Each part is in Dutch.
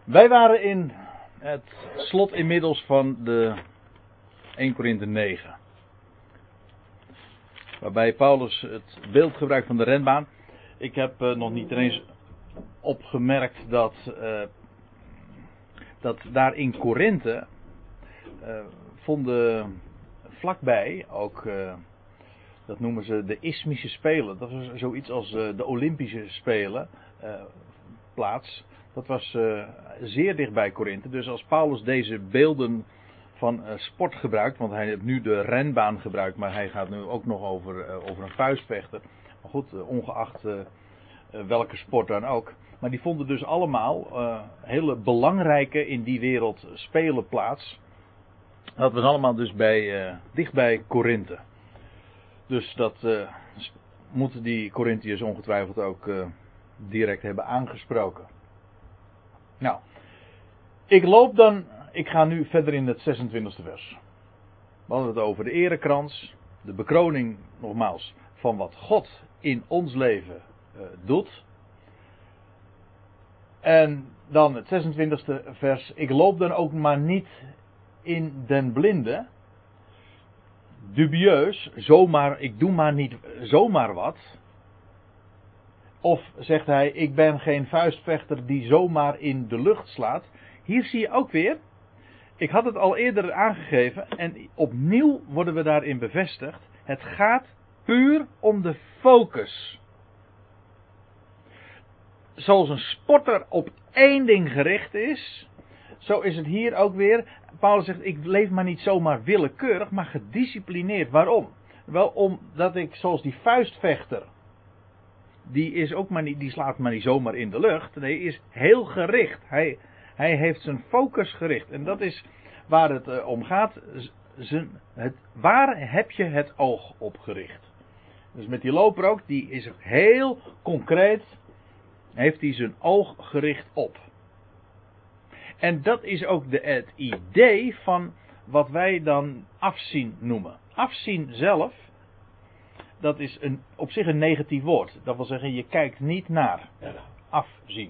Wij waren in het slot inmiddels van de 1 Korinthe 9. Waarbij Paulus het beeld gebruikt van de renbaan. Ik heb nog niet eens opgemerkt dat daar in Korinthe vonden vlakbij ook, dat noemen ze de Isthmische Spelen. Dat was zoiets als de Olympische Spelen plaats. Dat was zeer dicht bij Korinthe. Dus als Paulus deze beelden van sport gebruikt, want hij heeft nu de renbaan gebruikt, maar hij gaat nu ook nog over een vuistvechter. Maar goed, ongeacht welke sport dan ook. Maar die vonden dus allemaal hele belangrijke in die wereld spelen plaats. Dat was allemaal dus dicht bij Korinthe. Dus dat moeten die Korinthiërs ongetwijfeld ook direct hebben aangesproken. Nou, ik ga nu verder in het 26e vers. We hadden het over de erekrans, de bekroning nogmaals van wat God in ons leven doet. En dan het 26e vers. Ik loop dan ook maar niet in den blinde. Dubieus, zomaar, ik doe maar niet zomaar wat. Of zegt hij, ik ben geen vuistvechter die zomaar in de lucht slaat. Hier zie je ook weer, ik had het al eerder aangegeven en opnieuw worden we daarin bevestigd. Het gaat puur om de focus. Zoals een sporter op één ding gericht is, zo is het hier ook weer. Paulus zegt, ik leef maar niet zomaar willekeurig, maar gedisciplineerd. Waarom? Wel omdat ik, zoals die vuistvechter, die slaat maar niet zomaar in de lucht. Nee, hij is heel gericht. Hij heeft zijn focus gericht. En dat is waar het om gaat. Waar heb je het oog op gericht? Dus met die loper ook, die is heel concreet, heeft hij zijn oog gericht op. En dat is ook het idee van wat wij dan afzien noemen. Afzien zelf, dat is op zich een negatief woord. Dat wil zeggen, je kijkt niet naar. Afzien.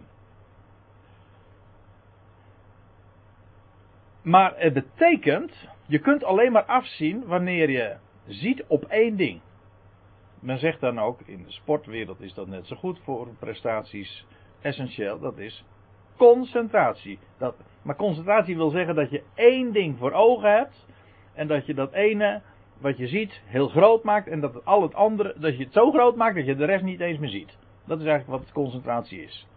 Maar het betekent, je kunt alleen maar afzien wanneer je ziet op één ding. Men zegt dan ook, in de sportwereld is dat net zo goed voor prestaties essentieel, dat is concentratie. Maar concentratie wil zeggen dat je één ding voor ogen hebt en dat je dat ene wat je ziet heel groot maakt en dat al het andere, dat je het zo groot maakt dat je de rest niet eens meer ziet. Dat is eigenlijk wat concentratie is.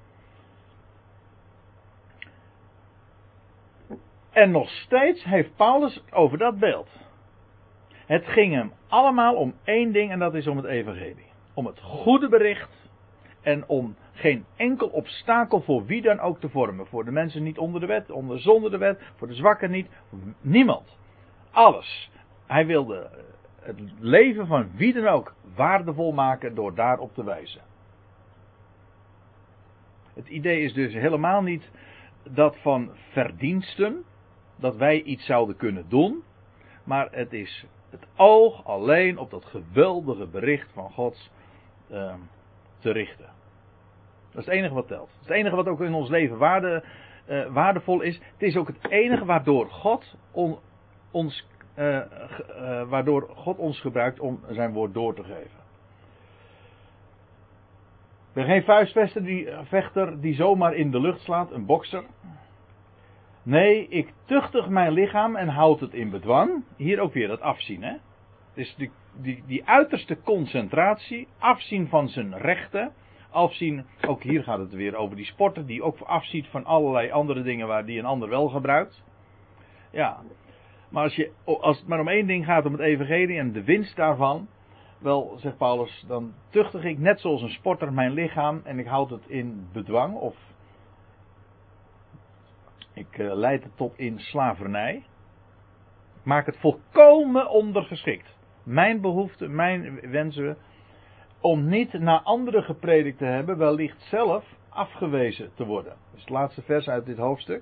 En nog steeds heeft Paulus over dat beeld. Het ging hem allemaal om één ding en dat is om het evangelie. Om het goede bericht en om geen enkel obstakel voor wie dan ook te vormen. Voor de mensen niet onder de wet, zonder de wet, voor de zwakken niet. Niemand. Alles. Hij wilde het leven van wie dan ook waardevol maken door daarop te wijzen. Het idee is dus helemaal niet dat van verdiensten, dat wij iets zouden kunnen doen, maar het is het oog alleen op dat geweldige bericht van God te richten. Dat is het enige wat telt. Dat is het enige wat ook in ons leven waardevol is. Het is ook het enige waardoor God ons gebruikt om zijn woord door te geven. Ik ben geen vuistvechter die zomaar in de lucht slaat, een bokser. Nee, ik tuchtig mijn lichaam en houd het in bedwang. Hier ook weer dat afzien, hè. Dus die uiterste concentratie, afzien van zijn rechten. Afzien, ook hier gaat het weer over die sporter die ook afziet van allerlei andere dingen waar die een ander wel gebruikt. Ja, maar als het maar om één ding gaat, om het evangelie en de winst daarvan, wel, zegt Paulus, dan tuchtig ik net zoals een sporter mijn lichaam en ik houd het in bedwang of ik leid het tot in slavernij. Ik maak het volkomen ondergeschikt. Mijn behoeften, mijn wensen, om niet naar anderen gepredikt te hebben, wellicht zelf afgewezen te worden. Dat is het laatste vers uit dit hoofdstuk.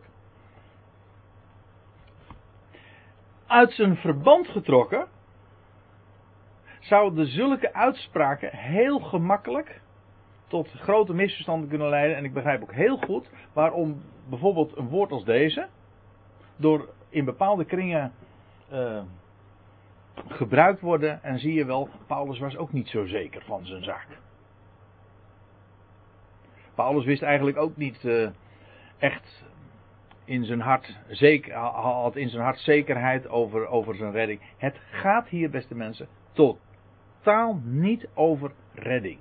Uit zijn verband getrokken zouden zulke uitspraken heel gemakkelijk tot grote misverstanden kunnen leiden. En ik begrijp ook heel goed waarom bijvoorbeeld een woord als deze door in bepaalde kringen gebruikt worden. En zie je wel, Paulus was ook niet zo zeker van zijn zaak. Paulus wist eigenlijk ook niet echt in zijn hart had in zijn hart zekerheid over zijn redding. Het gaat hier, beste mensen, totaal niet over redding.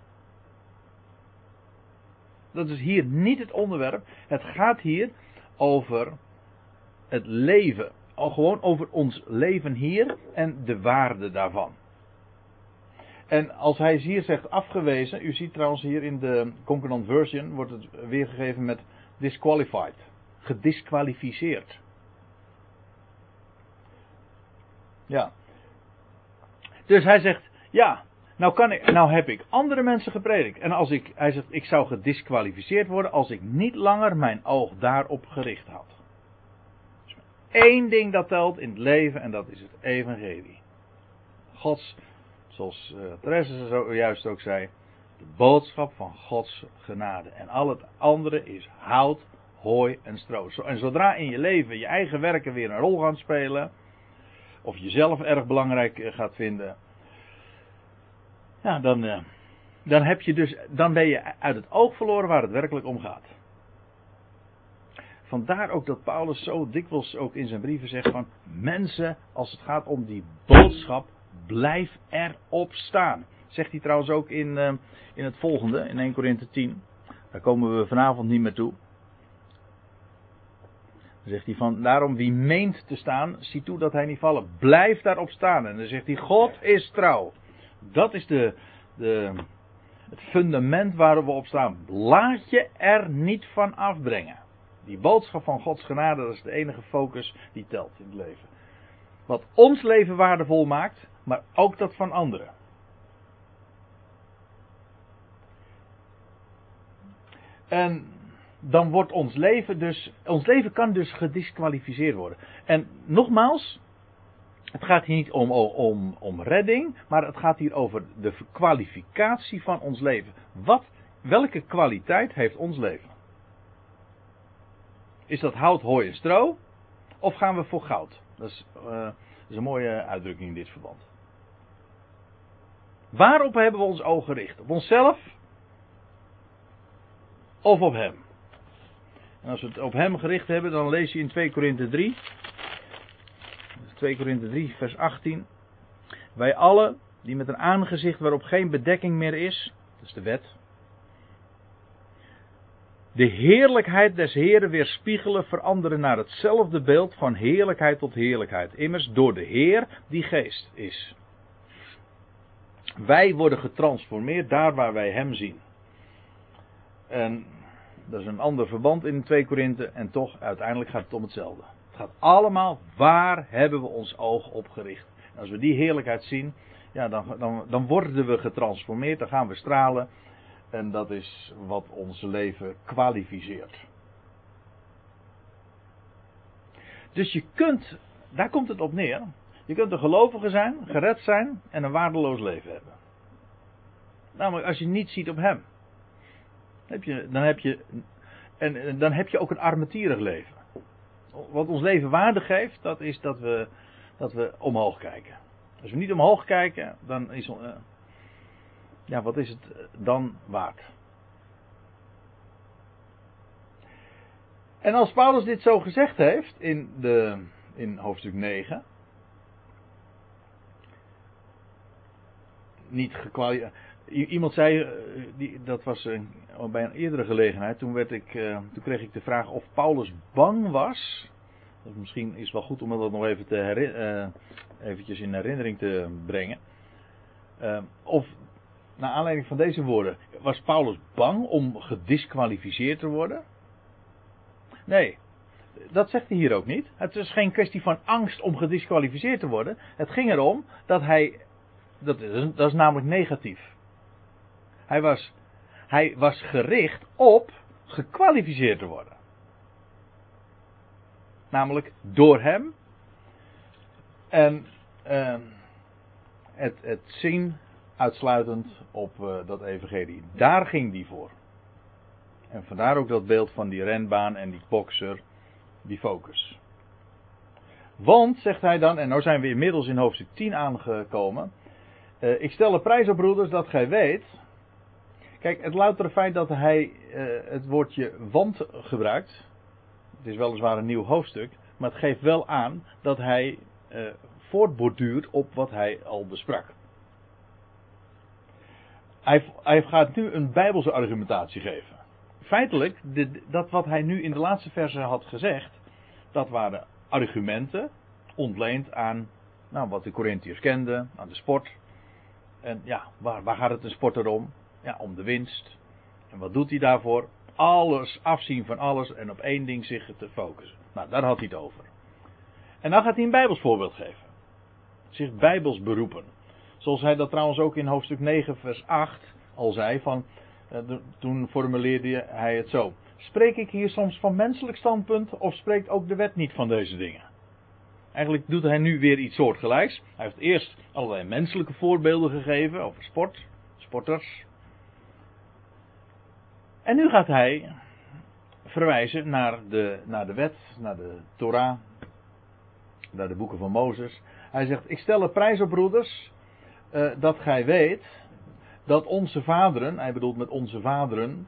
Dat is hier niet het onderwerp. Het gaat hier over het leven. Al gewoon over ons leven hier en de waarde daarvan. En als hij hier zegt afgewezen, u ziet trouwens hier in de Concordant Version wordt het weergegeven met disqualified. Gedisqualificeerd. Ja. Dus hij zegt, ja, nou heb ik andere mensen gepredikt. En hij zegt, ik zou gedisqualificeerd worden als ik niet langer mijn oog daarop gericht had. Dus één ding dat telt in het leven en dat is het evangelie. Gods, zoals Therese zojuist ook zei, de boodschap van Gods genade. En al het andere is hout, hooi en stro. En zodra in je leven je eigen werken weer een rol gaan spelen, of jezelf erg belangrijk gaat vinden, ja, dan ben je uit het oog verloren waar het werkelijk om gaat. Vandaar ook dat Paulus zo dikwijls ook in zijn brieven zegt van, mensen, als het gaat om die boodschap, blijf erop staan. Zegt hij trouwens ook in het volgende, in 1 Korinthe 10. Daar komen we vanavond niet meer toe. Dan zegt hij van, daarom wie meent te staan, zie toe dat hij niet vallen. Blijf daarop staan. En dan zegt hij, God is trouw. Dat is het fundament waar we op staan. Laat je er niet van afbrengen. Die boodschap van Gods genade, dat is de enige focus die telt in het leven. Wat ons leven waardevol maakt, maar ook dat van anderen. En dan wordt ons leven kan dus gedisqualificeerd worden. En nogmaals, het gaat hier niet om redding, maar het gaat hier over de kwalificatie van ons leven. Welke kwaliteit heeft ons leven? Is dat hout, hooi en stro? Of gaan we voor goud? Dat is een mooie uitdrukking in dit verband. Waarop hebben we ons oog gericht? Op onszelf? Of op hem? En als we het op hem gericht hebben, dan lees je in 2 Korinthe 3. 2 Korinthe 3, vers 18. Wij allen, die met een aangezicht waarop geen bedekking meer is, dat is de wet, de heerlijkheid des Heren weerspiegelen, veranderen naar hetzelfde beeld van heerlijkheid tot heerlijkheid. Immers door de Heer die geest is. Wij worden getransformeerd daar waar wij hem zien. En dat is een ander verband in 2 Korinthe en toch uiteindelijk gaat het om hetzelfde. Het gaat allemaal, waar hebben we ons oog op gericht? En als we die heerlijkheid zien, ja, dan worden we getransformeerd, dan gaan we stralen. En dat is wat ons leven kwalificeert. Dus daar komt het op neer. Je kunt een gelovige zijn, gered zijn en een waardeloos leven hebben. Namelijk als je niet ziet op hem. Dan heb je ook een armetierig leven. Wat ons leven waarde geeft, dat is dat we omhoog kijken. Als we niet omhoog kijken, dan is wat is het dan waard? En als Paulus dit zo gezegd heeft in hoofdstuk 9, iemand zei, dat was bij een eerdere gelegenheid, toen kreeg ik de vraag of Paulus bang was. Dat misschien is wel goed om dat nog even eventjes in herinnering te brengen. Of naar aanleiding van deze woorden, was Paulus bang om gedisqualificeerd te worden? Nee, dat zegt hij hier ook niet. Het is geen kwestie van angst om gedisqualificeerd te worden. Het ging erom dat dat is namelijk negatief. Hij was gericht op gekwalificeerd te worden. Namelijk door hem. En het zien uitsluitend op dat evangelie. Daar ging die voor. En vandaar ook dat beeld van die renbaan en die bokser, die focus. Want, zegt hij dan, en nou zijn we inmiddels in hoofdstuk 10 aangekomen. Ik stel er prijs op, broeders, dat gij weet. Kijk, het loutere feit dat hij het woordje want gebruikt. Het is weliswaar een nieuw hoofdstuk. Maar het geeft wel aan dat hij voortborduurt op wat hij al besprak. Hij gaat nu een bijbelse argumentatie geven. Feitelijk, dat wat hij nu in de laatste verse had gezegd, dat waren argumenten ontleend aan wat de Corinthiërs kenden, aan de sport. En ja, waar gaat het een sporter om? Ja, om de winst. En wat doet hij daarvoor? Alles, afzien van alles en op één ding zich te focussen. Nou, daar had hij het over. En dan gaat hij een bijbels voorbeeld geven. Zich bijbels beroepen. Zoals hij dat trouwens ook in hoofdstuk 9 vers 8 al zei. Toen formuleerde hij het zo. Spreek ik hier soms van menselijk standpunt of spreekt ook de wet niet van deze dingen? Eigenlijk doet hij nu weer iets soortgelijks. Hij heeft eerst allerlei menselijke voorbeelden gegeven over sporters. En nu gaat hij verwijzen naar de wet, naar de Torah, naar de boeken van Mozes. Hij zegt, ik stel er prijs op, broeders, dat gij weet dat onze vaderen, hij bedoelt met onze vaderen,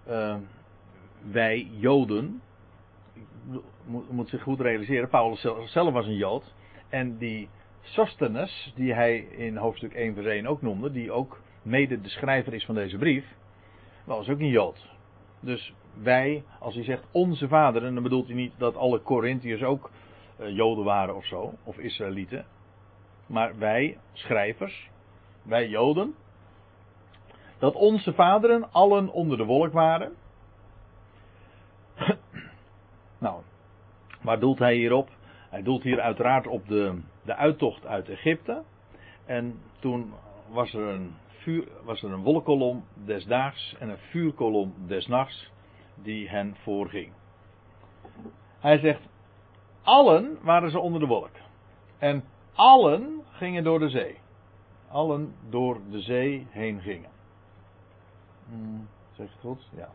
wij Joden, moet zich goed realiseren, Paulus zelf was een Jood, en die Sosthenes, die hij in hoofdstuk 1 vers 1 ook noemde, die ook mede de schrijver is van deze brief, was ook een Jood. Dus wij, als hij zegt onze vaderen, dan bedoelt hij niet dat alle Corinthiërs ook Joden waren of zo, of Israëlieten. Maar wij, schrijvers, wij Joden, dat onze vaderen allen onder de wolk waren. Nou, waar doelt hij hier op? Hij doelt hier uiteraard op de uittocht uit Egypte. En toen was er een wolkkolom des daags en een vuurkolom des nachts die hen voorging. Hij zegt, allen waren ze onder de wolk. En allen gingen door de zee. Allen door de zee heen gingen. Zeg je het goed? Ja.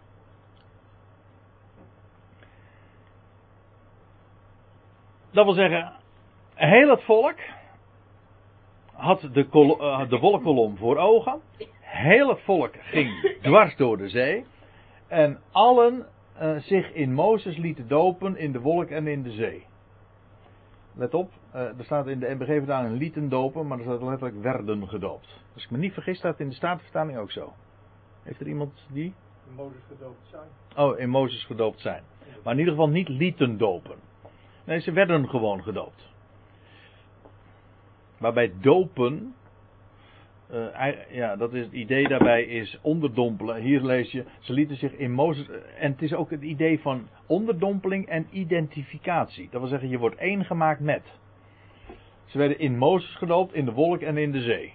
Dat wil zeggen, heel het volk had de wolkkolom voor ogen. Heel het volk ging dwars door de zee. En allen zich in Mozes lieten dopen in de wolk en in de zee. Let op, er staat in de NBG-vertaling lieten dopen, maar er staat letterlijk werden gedoopt. Als ik me niet vergis staat in de Statenvertaling ook zo. Heeft er iemand die? In Mozes gedoopt zijn. Oh, in Mozes gedoopt zijn. Maar in ieder geval niet lieten dopen. Nee, ze werden gewoon gedoopt. Waarbij dopen, dat is het idee daarbij is onderdompelen. Hier lees je, ze lieten zich in Mozes, en het is ook het idee van onderdompeling en identificatie. Dat wil zeggen, je wordt één gemaakt met. Ze werden in Mozes gedoopt, in de wolk en in de zee.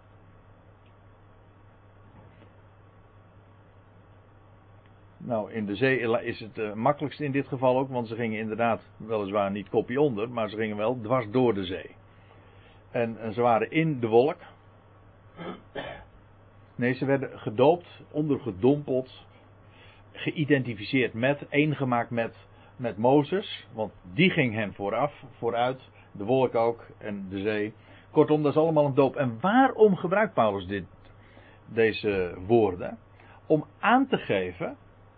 Nou, in de zee is het makkelijkst in dit geval ook, want ze gingen inderdaad weliswaar niet kopje onder, maar ze gingen wel dwars door de zee. En ze waren in de wolk. Nee, ze werden gedoopt, ondergedompeld, geïdentificeerd met, eengemaakt met Mozes, want die ging hen vooruit, de wolk ook en de zee. Kortom, dat is allemaal een doop. En waarom gebruikt Paulus deze woorden? Om aan te geven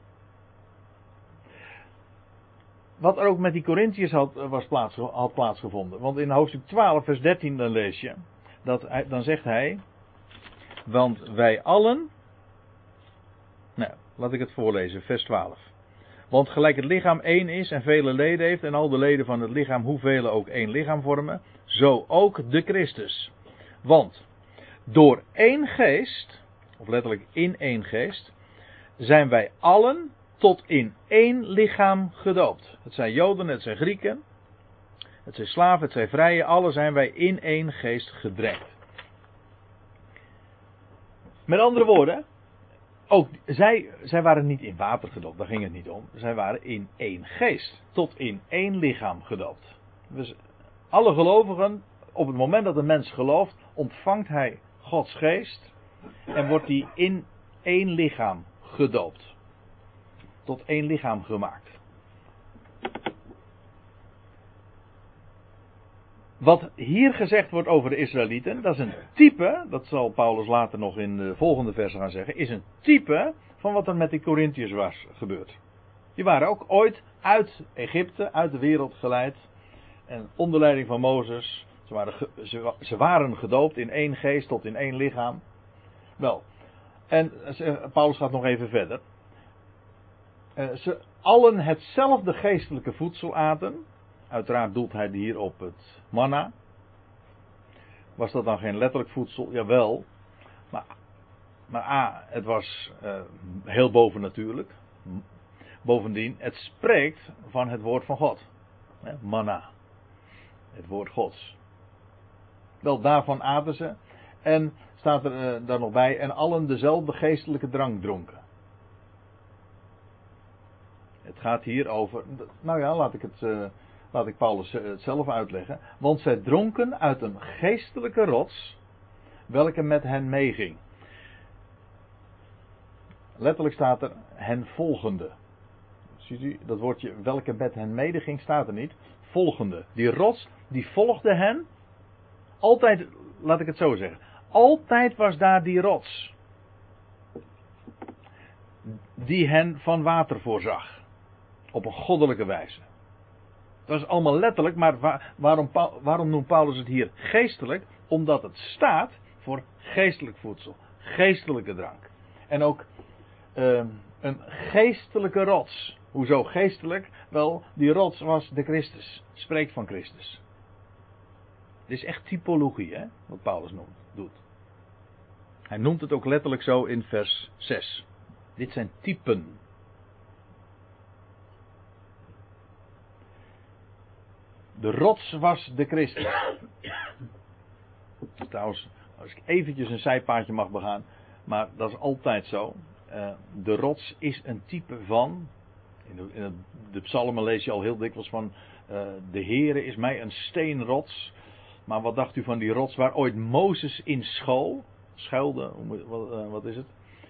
wat er ook met die Corinthiërs had plaatsgevonden. Want in hoofdstuk 12 vers 13 dan lees je, dan zegt hij, want wij allen, nou, laat ik het voorlezen, vers 12. Want gelijk het lichaam één is en vele leden heeft en al de leden van het lichaam, hoeveel ook één lichaam vormen, zo ook de Christus. Want door één geest, of letterlijk in één geest, zijn wij allen tot in één lichaam gedoopt. Het zijn Joden, het zijn Grieken, het zijn slaven, het zijn vrije, alle zijn wij in één geest gedrenkt. Met andere woorden, ook zij waren niet in water gedoopt, daar ging het niet om. Zij waren in één geest, tot in één lichaam gedoopt. Dus alle gelovigen, op het moment dat een mens gelooft, ontvangt hij Gods geest en wordt die in één lichaam gedoopt. Tot één lichaam gemaakt. Wat hier gezegd wordt over de Israëlieten, dat is een type, dat zal Paulus later nog in de volgende versen gaan zeggen, is een type van wat er met de Corinthiërs was gebeurd. Die waren ook ooit uit Egypte, uit de wereld geleid. En onder leiding van Mozes, ze waren gedoopt in één geest tot in één lichaam. Wel, en Paulus gaat nog even verder. Ze allen hetzelfde geestelijke voedsel aten. Uiteraard doelt hij hier op het manna. Was dat dan geen letterlijk voedsel? Jawel. Maar het was heel bovennatuurlijk. Bovendien, het spreekt van het woord van God. Manna. Het woord Gods. Wel, daarvan aten ze. En staat er daar nog bij. En allen dezelfde geestelijke drank dronken. Het gaat hier over. Nou ja, laat ik Paulus het zelf uitleggen. Want zij dronken uit een geestelijke rots. Welke met hen meeging. Letterlijk staat er hen volgende. Ziet u, dat woordje welke met hen medeging staat er niet. Volgende. Die rots, die volgde hen. Altijd, laat ik het zo zeggen. Altijd was daar die rots. Die hen van water voorzag. Op een goddelijke wijze. Dat is allemaal letterlijk, maar waarom noemt Paulus het hier geestelijk? Omdat het staat voor geestelijk voedsel. Geestelijke drank. En ook een geestelijke rots. Hoezo geestelijk? Wel, die rots was de Christus. Spreekt van Christus. Dit is echt typologie, hè, wat Paulus doet. Hij noemt het ook letterlijk zo in vers 6. Dit zijn typen. De rots was de Christus. Trouwens, als ik eventjes een zijpaadje mag begaan, maar dat is altijd zo. De rots is een type van, in de psalmen lees je al heel dikwijls van, de Heere is mij een steenrots. Maar wat dacht u van die rots waar ooit Mozes in schuilde, wat is het?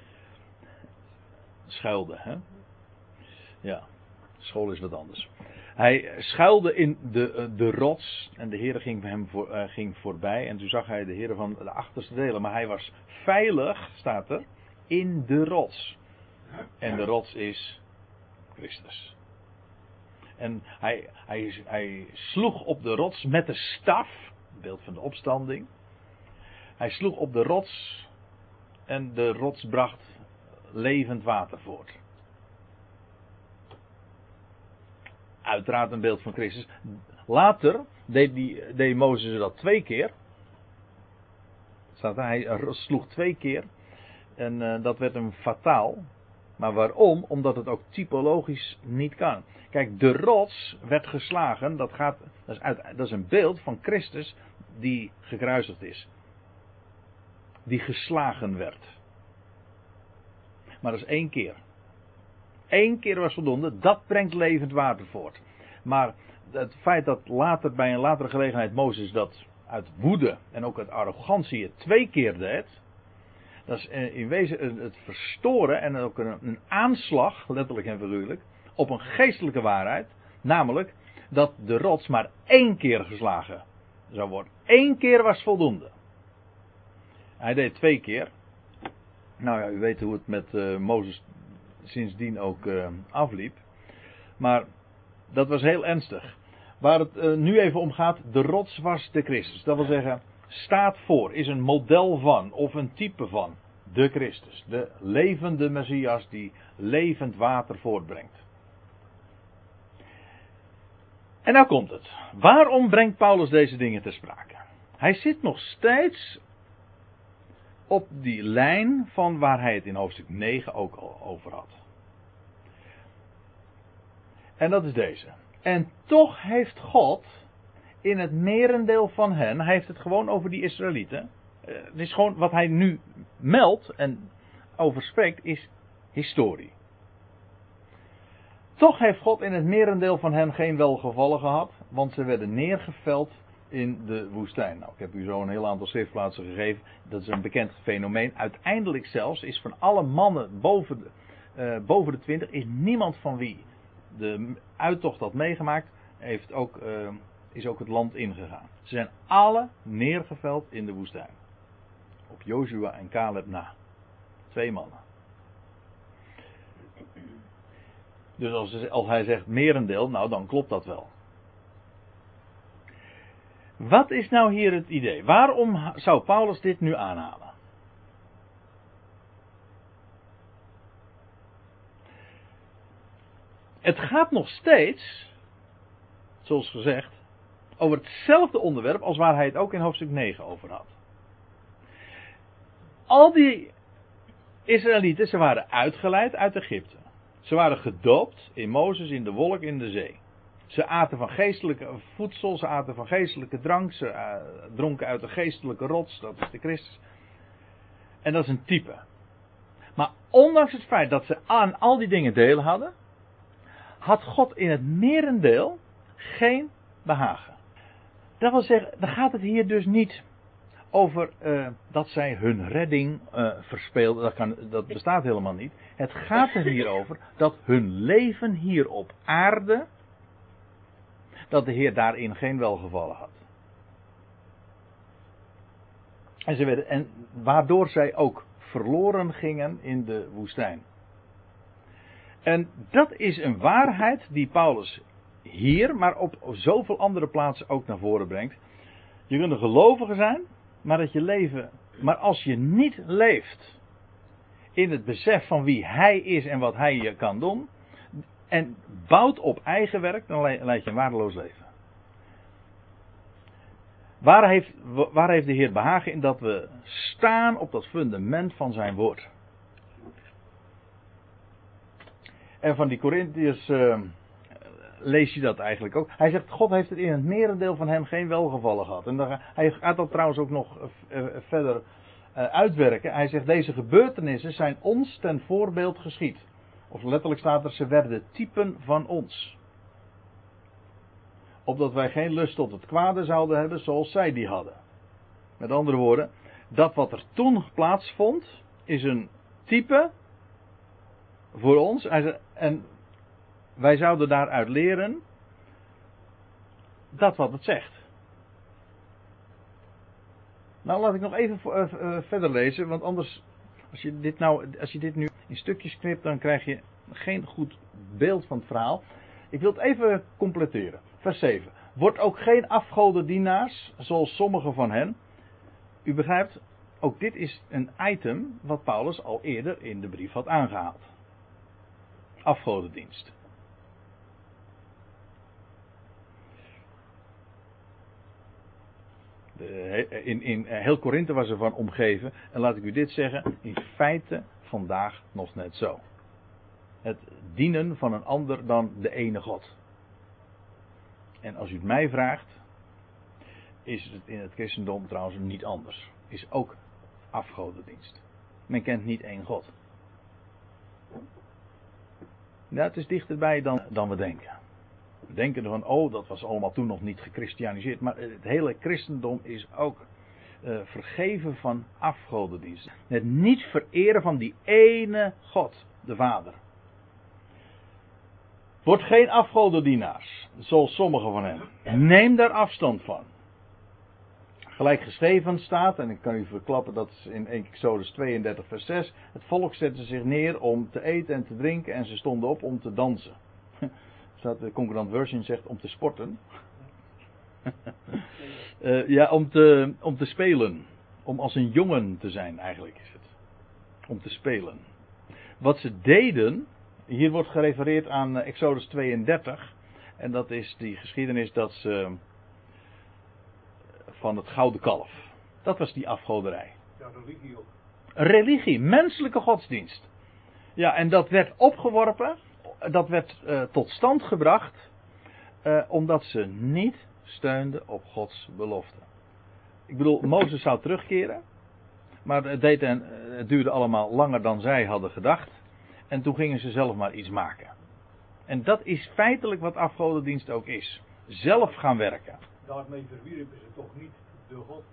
Schuilde, hè? Ja, school is wat anders. Hij schuilde in de rots en de Heere ging voorbij en toen zag hij de Heere van de achterste delen. Maar hij was veilig, staat er, in de rots. En de rots is Christus. En hij sloeg op de rots met de staf, beeld van de opstanding. Hij sloeg op de rots en de rots bracht levend water voort. Uiteraard een beeld van Christus. Later deed Mozes dat 2 keer. Hij sloeg 2 keer. En dat werd hem fataal. Maar waarom? Omdat het ook typologisch niet kan. Kijk, de rots werd geslagen. Dat is een beeld van Christus die gekruisigd is. Die geslagen werd. Maar dat is 1 keer. 1 keer was voldoende. Dat brengt levend water voort. Maar het feit dat bij een latere gelegenheid Mozes dat uit woede en ook uit arrogantie het 2 keer deed. Dat is in wezen het verstoren en ook een aanslag, letterlijk en figuurlijk, op een geestelijke waarheid. Namelijk dat de rots maar 1 keer geslagen zou worden. 1 keer was voldoende. Hij deed 2 keer. Nou ja, u weet hoe het met Mozes sindsdien ook afliep. Maar dat was heel ernstig. Waar het nu even om gaat, de rots was de Christus. Dat wil zeggen, staat voor, is een model van of een type van de Christus. De levende Messias die levend water voortbrengt. En nou komt het. Waarom brengt Paulus deze dingen ter sprake? Hij zit nog steeds op die lijn van waar hij het in hoofdstuk 9 ook al over had. En dat is deze. En toch heeft God in het merendeel van hen, hij heeft het gewoon over die Israëlieten. Het is gewoon wat hij nu meldt en over spreekt is historie. Toch heeft God in het merendeel van hen geen welgevallen gehad, want ze werden neergeveld in de woestijn. Nou, ik heb u zo een heel aantal schriftplaatsen gegeven. Dat is een bekend fenomeen. Uiteindelijk zelfs is van alle mannen boven de 20 is niemand van wie de uittocht had meegemaakt, is ook het land ingegaan. Ze zijn alle neergeveld in de woestijn. Op Jozua en Caleb na. 2 mannen. Dus als hij zegt merendeel, nou dan klopt dat wel. Wat is nou hier het idee? Waarom zou Paulus dit nu aanhalen? Het gaat nog steeds, zoals gezegd, over hetzelfde onderwerp als waar hij het ook in hoofdstuk 9 over had. Al die Israëlieten, ze waren uitgeleid uit Egypte. Ze waren gedoopt in Mozes, in de wolk, in de zee. Ze aten van geestelijke voedsel, ze aten van geestelijke drank, ze dronken uit de geestelijke rots, dat is de Christus. En dat is een type. Maar ondanks het feit dat ze aan al die dingen deel hadden, had God in het merendeel geen behagen. Dat wil zeggen, dan gaat het hier dus niet over dat zij hun redding verspeelden. Dat bestaat helemaal niet. Het gaat er hier over dat hun leven hier op aarde, dat de Heer daarin geen welgevallen had. En waardoor zij ook verloren gingen in de woestijn. En dat is een waarheid die Paulus hier, maar op zoveel andere plaatsen ook naar voren brengt. Je kunt een gelovige zijn, maar als je niet leeft in het besef van wie hij is en wat hij je kan doen, en bouwt op eigen werk, dan leid je een waardeloos leven. Waar heeft de Heer behagen in dat we staan op dat fundament van zijn woord? En van die Korintiërs lees je dat eigenlijk ook. Hij zegt, God heeft het in het merendeel van hem geen welgevallen gehad. En hij gaat dat trouwens ook nog verder uitwerken. Hij zegt, deze gebeurtenissen zijn ons ten voorbeeld geschied. Of letterlijk staat er, ze werden typen van ons. Opdat wij geen lust tot het kwade zouden hebben zoals zij die hadden. Met andere woorden, dat wat er toen plaatsvond, is een type voor ons. En wij zouden daaruit leren dat wat het zegt. Nou, laat ik nog even verder lezen, want anders, als je dit nu in stukjes knipt, dan krijg je geen goed beeld van het verhaal. Ik wil het even completeren. Vers 7. Wordt ook geen afgodendienaars, zoals sommigen van hen. U begrijpt, ook dit is een item wat Paulus al eerder in de brief had aangehaald. Afgodendienst. In heel Korinthe was er van omgeven. En laat ik u dit zeggen, in feite vandaag nog net zo. Het dienen van een ander dan de ene God. En als u het mij vraagt, is het in het christendom trouwens niet anders. Is ook afgodendienst. Men kent niet één God. Ja, het is dichterbij dan we denken. We denken van, dat was allemaal toen nog niet gechristianiseerd. Maar het hele christendom is ook vergeven van afgodendienst. Het niet vereren van die ene God, de Vader. Wordt geen afgodendienaars, zoals sommigen van hen. Neem daar afstand van. Gelijk geschreven staat, en ik kan u verklappen, dat is in Exodus 32 vers 6. Het volk zette zich neer om te eten en te drinken en ze stonden op om te dansen. De Concordant Version zegt om te sporten. Om te spelen. Om als een jongen te zijn eigenlijk is het. Om te spelen. Wat ze deden, hier wordt gerefereerd aan Exodus 32. En dat is die geschiedenis dat ze van het gouden kalf. Dat was die afgoderij. Ja, religie ook. Religie, menselijke godsdienst. Ja, en dat werd opgeworpen. Dat werd tot stand gebracht. Omdat ze niet steunden op Gods belofte. Ik bedoel, Mozes zou terugkeren. Maar het duurde allemaal langer dan zij hadden gedacht. En toen gingen ze zelf maar iets maken. En dat is feitelijk wat afgodendienst ook is. Zelf gaan werken. daarmee verwierpen ze toch niet de God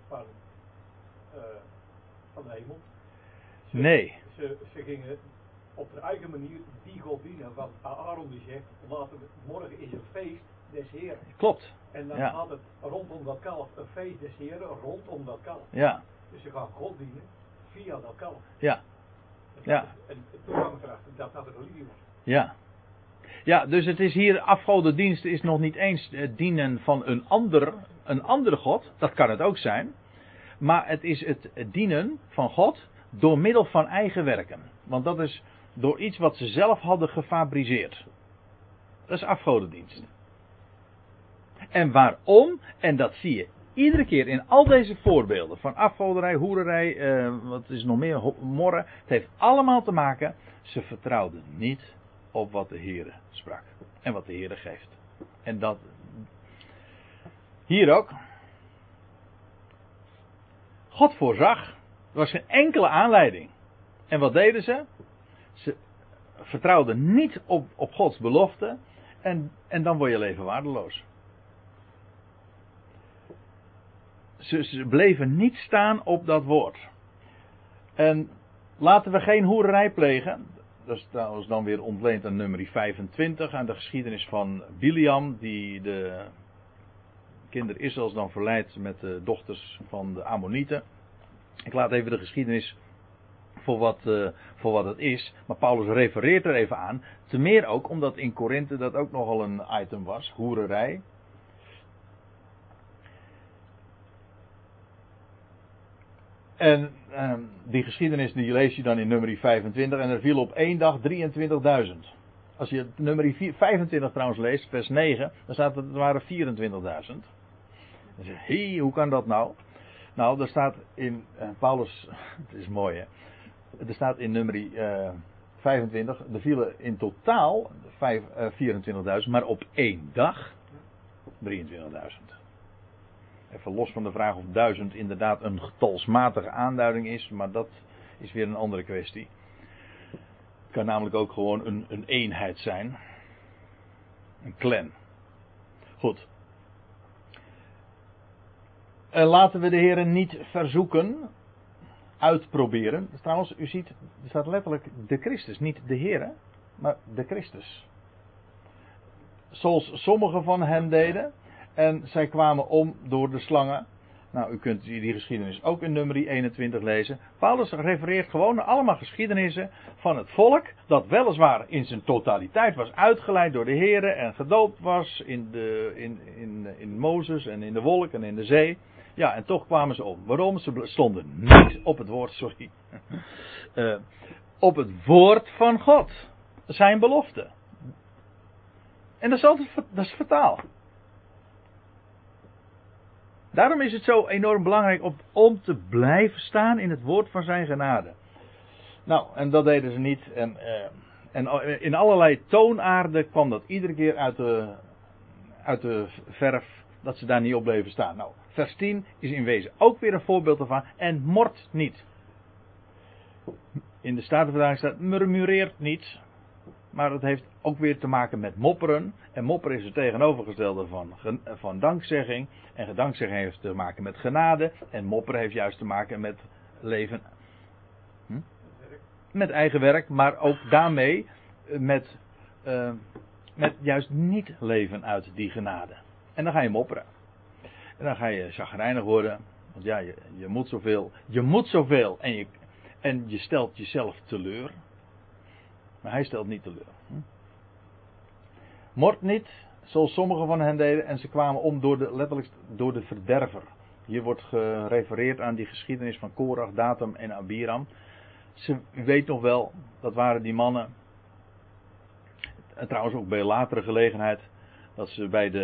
van de hemel. Nee. Ze gingen op hun eigen manier die God dienen. Want Aaron die zegt, morgen is een feest des Heren. Klopt. En dan gaat het rondom dat kalf, een feest des Heren rondom dat kalf. Ja. Dus ze gaan God dienen via dat kalf. Ja. En het toegangsrecht, dat de religie was. Ja. Ja, dus het is hier, afgodendienst is nog niet eens het dienen van een andere God. Dat kan het ook zijn. Maar het is het dienen van God door middel van eigen werken. Want dat is door iets wat ze zelf hadden gefabriceerd. Dat is afgodendienst. En waarom? En dat zie je iedere keer in al deze voorbeelden van afgoderij, hoererij, wat is nog meer, morren. Het heeft allemaal te maken, ze vertrouwden niet op wat de Heere sprak. En wat de Heere geeft. En dat hier ook. God voorzag. Er was geen enkele aanleiding. En wat deden ze? Ze vertrouwden niet op Gods belofte. En dan word je leven waardeloos. Ze bleven niet staan op dat woord. En laten we geen hoererij plegen. Dat is trouwens dan weer ontleend aan nummer 25. Aan de geschiedenis van Biliam. Die de kinderen Israëls dan verleidt met de dochters van de Ammonieten. Ik laat even de geschiedenis voor wat het is. Maar Paulus refereert er even aan. Te meer ook omdat in Korinthe dat ook nogal een item was. Hoererij. En die geschiedenis die lees je dan in nummer 25. En er viel op één dag 23.000. Als je nummer 25 trouwens leest, vers 9. Dan staat het waren 24.000. Dan zeg je, hoe kan dat nou? Nou, er staat in Paulus, het is mooi hè. Er staat in nummer 25, er vielen in totaal 24.000, maar op één dag 23.000. Even los van de vraag of 1000 inderdaad een getalsmatige aanduiding is, maar dat is weer een andere kwestie. Het kan namelijk ook gewoon een eenheid zijn. Een clan. Goed. Laten we de Heer niet verzoeken, uitproberen. Dus trouwens, u ziet, er staat letterlijk de Christus. Niet de Heer, maar de Christus. Zoals sommigen van hen deden. En zij kwamen om door de slangen. Nou, u kunt die geschiedenis ook in nummer 21 lezen. Paulus refereert gewoon naar allemaal geschiedenissen van het volk. Dat weliswaar in zijn totaliteit was uitgeleid door de Heer en gedoopt was in Mozes en in de wolk en in de zee. Ja, en toch kwamen ze om. Waarom? Ze stonden niet op het woord, op het woord van God. Zijn belofte. En dat is fataal. Daarom is het zo enorm belangrijk om te blijven staan in het woord van zijn genade. Nou, en dat deden ze niet. En in allerlei toonaarden kwam dat iedere keer uit de verf dat ze daar niet op bleven staan. Nou, vers 10 is in wezen ook weer een voorbeeld ervan. En mort niet. In de Statenvertaling staat murmureert niet. Maar dat heeft ook weer te maken met mopperen. En mopperen is het tegenovergestelde van dankzegging. En gedankzegging heeft te maken met genade. En mopperen heeft juist te maken met leven. Met eigen werk. Maar ook daarmee met juist niet leven uit die genade. En dan ga je mopperen. En dan ga je chagrijnig worden. Want ja, je moet zoveel. Je moet zoveel. En je stelt jezelf teleur. Maar hij stelt niet teleur. Mort niet, zoals sommigen van hen deden. En ze kwamen om letterlijk door de verderver. Hier wordt gerefereerd aan die geschiedenis van Korach, Datam en Abiram. U weet nog wel, dat waren die mannen. En trouwens ook bij latere gelegenheid. Dat ze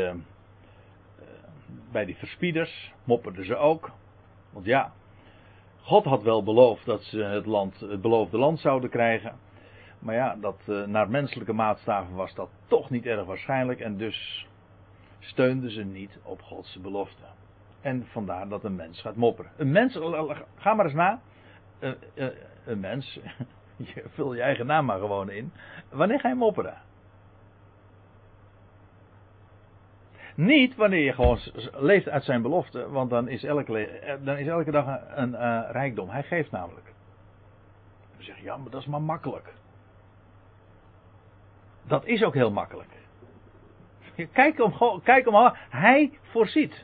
bij die verspieders mopperden ze ook. Want ja, God had wel beloofd dat ze het beloofde land zouden krijgen. Maar ja, naar menselijke maatstaven was dat toch niet erg waarschijnlijk. En dus steunden ze niet op Gods belofte. En vandaar dat een mens gaat mopperen. Een mens, ga maar eens na. Een mens, vul je eigen naam maar gewoon in. Wanneer ga je mopperen? Niet wanneer je gewoon leeft uit zijn belofte, want dan is elke dag een rijkdom. Hij geeft namelijk. We zeggen, ja, maar dat is maar makkelijk. Dat is ook heel makkelijk. Kijk omhoog, hij voorziet.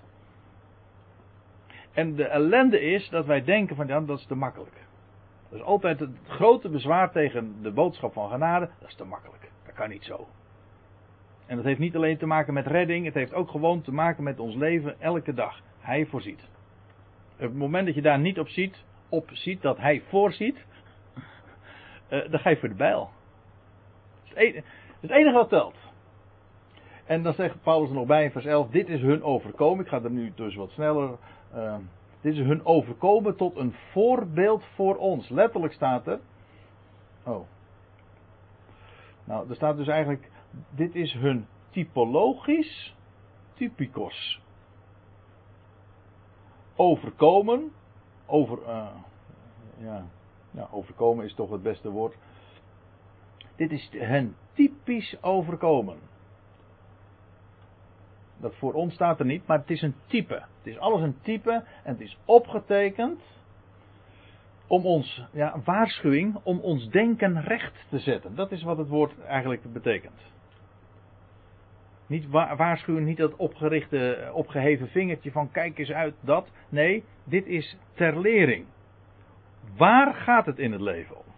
En de ellende is dat wij denken van, ja, dat is te makkelijk. Dat is altijd het grote bezwaar tegen de boodschap van genade, dat is te makkelijk. Dat kan niet zo. En dat heeft niet alleen te maken met redding, het heeft ook gewoon te maken met ons leven elke dag. Hij voorziet. Op het moment dat je daar niet op ziet dat hij voorziet, dan ga je voor de bijl. Het enige wat telt. En dan zegt Paulus er nog bij in vers 11, dit is hun overkomen. Ik ga er nu dus wat sneller. Dit is hun overkomen tot een voorbeeld voor ons. Letterlijk staat er. Oh. Nou, er staat dus eigenlijk, dit is hun typologisch, typikos. Overkomen. Overkomen is toch het beste woord. Dit is hen typisch overkomen. Dat voor ons staat er niet, maar het is een type. Het is alles een type en het is opgetekend om ons, waarschuwing, om ons denken recht te zetten. Dat is wat het woord eigenlijk betekent. Niet waarschuwen, niet dat opgeheven vingertje van kijk eens uit dat. Nee, dit is ter lering. Waar gaat het in het leven om?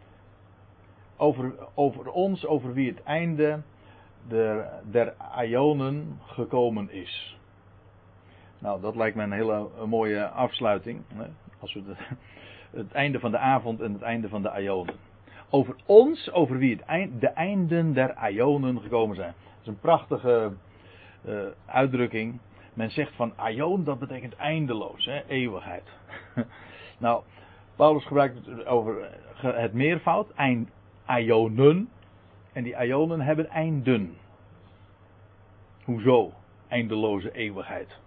Over ons, over wie het einde der Aionen gekomen is. Nou, dat lijkt me een hele mooie afsluiting. Hè? Als we het einde van de avond en het einde van de Aionen. Over ons, over wie de einden der Aionen gekomen zijn. Dat is een prachtige uitdrukking. Men zegt van Aion, dat betekent eindeloos, hè? Eeuwigheid. Nou, Paulus gebruikt het over het meervoud, Aionen. En die Aionen hebben einden. Hoezo? Eindeloze eeuwigheid.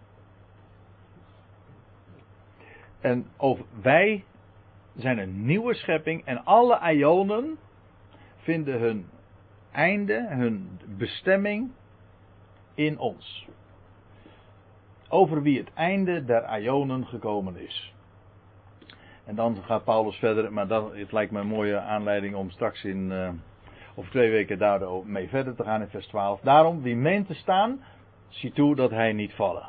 En wij zijn een nieuwe schepping en alle Aionen vinden hun einde, hun bestemming in ons. Over wie het einde der Aionen gekomen is. En dan gaat Paulus verder, maar het lijkt me een mooie aanleiding om straks over 2 weken daarmee verder te gaan in vers 12. Daarom, wie meent te staan, zie toe dat hij niet vallen.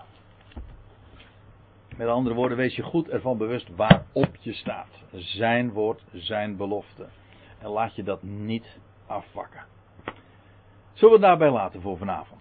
Met andere woorden, wees je goed ervan bewust waarop je staat. Zijn woord, zijn belofte. En laat je dat niet afwakken. Zullen we het daarbij laten voor vanavond?